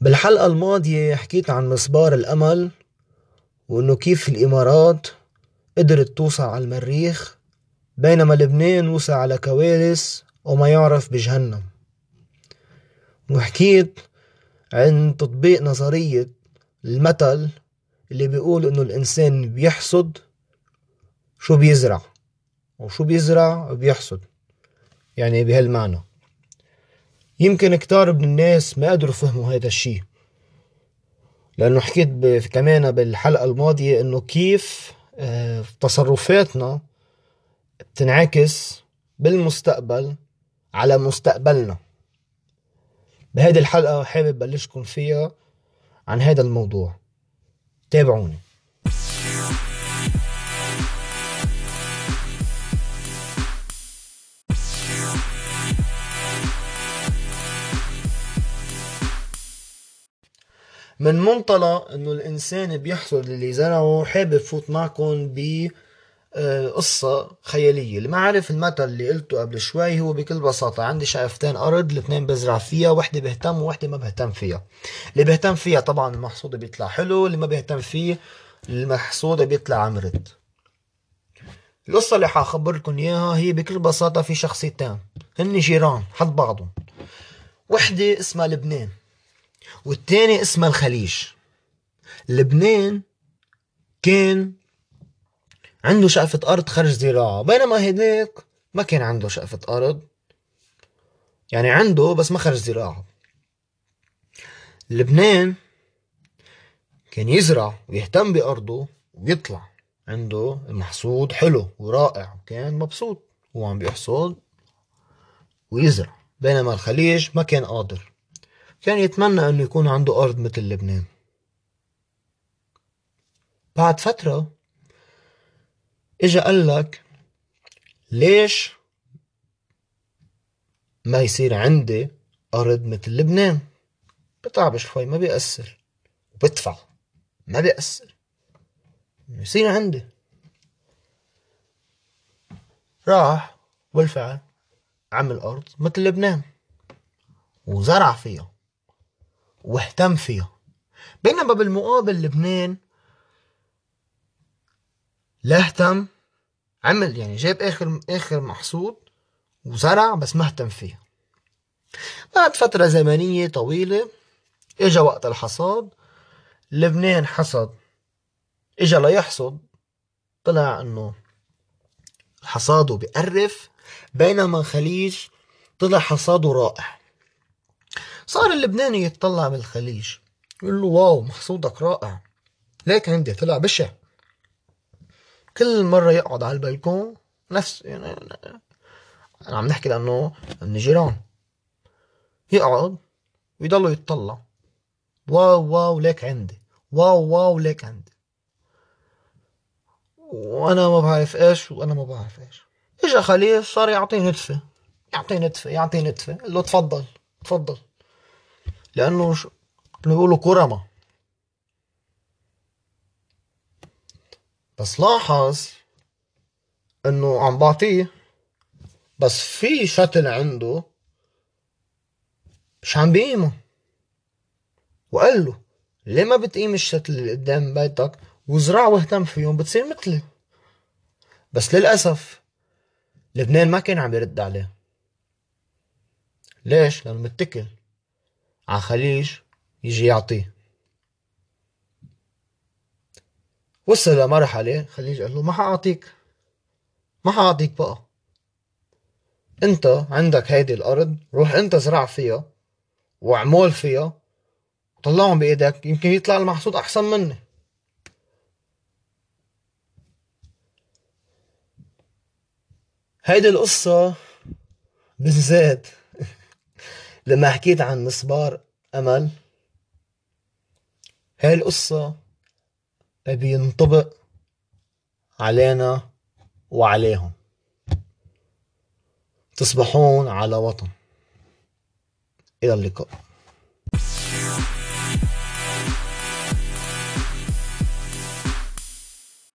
بالحلقة الماضية حكيت عن مسبار الأمل، وإنه كيف الإمارات قدرت توصل على المريخ بينما لبنان وصل على كوارث وما يعرف بجهنم. وحكيت عن تطبيق نظرية المثل اللي بيقول إنه الإنسان بيحصد شو بيزرع، وشو بيزرع بيحصد، يعني بهالمعنى. يمكن كتار من الناس ما قدروا يفهموا هذا الشيء، لأنه حكيت كمان بالحلقة الماضية إنه كيف تصرفاتنا بتنعكس بالمستقبل على مستقبلنا. بهذه الحلقة حابب بلشكم فيها عن هذا الموضوع، تابعوني. من منطلق انه الانسان بيحصد اللي زرعه، حابب فوت معكم بقصة خيالية. اللي ما عارف المثل اللي قلته قبل شوي، هو بكل بساطة عندي شقفتين ارض، الاثنين بزرع فيها، وحدة بهتم ووحدة ما بهتم فيها. اللي بهتم فيها طبعا المحصول بيطلع حلو، اللي ما بهتم فيه المحصول بيطلع عمرد. القصة اللي حخبركم اياها هي بكل بساطة في شخصيتين هن جيران حد بعضهم، وحدة اسمها لبنان والتاني اسمها الخليج. لبنان كان عنده شقفة أرض خرج زراعة، بينما هداك ما كان عنده شقفة أرض، يعني عنده بس ما خرج زراعة. لبنان كان يزرع ويهتم بأرضه ويطلع عنده محصول حلو ورائع، وكان مبسوط هو عم بيحصد ويزرع. بينما الخليج ما كان قادر، كان يتمنى انه يكون عنده أرض مثل لبنان. بعد فترة اجا قال لك ليش ما يصير عندي أرض مثل لبنان؟ بتعب شوي ما بيأثر، وبدفع ما بيأثر، يصير عندي. راح بالفعل عمل أرض مثل لبنان وزرع فيها واهتم فيها. بينما بالمقابل لبنان لا اهتم، عمل يعني جاب آخر محصول وزرع بس ما اهتم فيها. بعد فترة زمنية طويلة اجا وقت الحصاد، لبنان حصد، اجا ليحصد، طلع انه حصاده بيقرف، بينما الخليج طلع حصاده رائع. صار اللبناني يتطلع بالخليج يقول له واو محصودك رائع، ليك عندي طلع بشع. كل مرة يقعد على البلكون نفس يعني، أنا عم نحكي لأنه من جيران، يقعد ويضلوا يتطلع، واو واو ليك عندي، واو واو ليك عندي، وأنا ما بعرف إيش وأنا ما بعرف إيش. إجا خليل صار يعطيه نتفة، يعطيه نتفة، قال له تفضل تفضل، لأنه بيقولوا كرمة. بس لاحظ إنه عم بعطيه، بس في شتل عنده مش عم بيقيمه، وقال له ليه ما بتقيم الشتل اللي قدام بيتك وزرع واهتم فيهم بتصير مثلي. بس للأسف لبنان ما كان عم يرد عليه. ليش؟ لأنه متكل على خليج يجي يعطيه. وصل لمرحلة خليج قال له ما حأعطيك، ما حأعطيك بقى، انت عندك هيدي الأرض، روح انت زرع فيها وعمول فيها وطلعهم بإيدك، يمكن يطلع المحصول أحسن مني. هيدي القصة بالذات لما حكيت عن مسبار أمل، هاي القصة بينطبق علينا وعليهم. تصبحون على وطن. إلى اللقاء.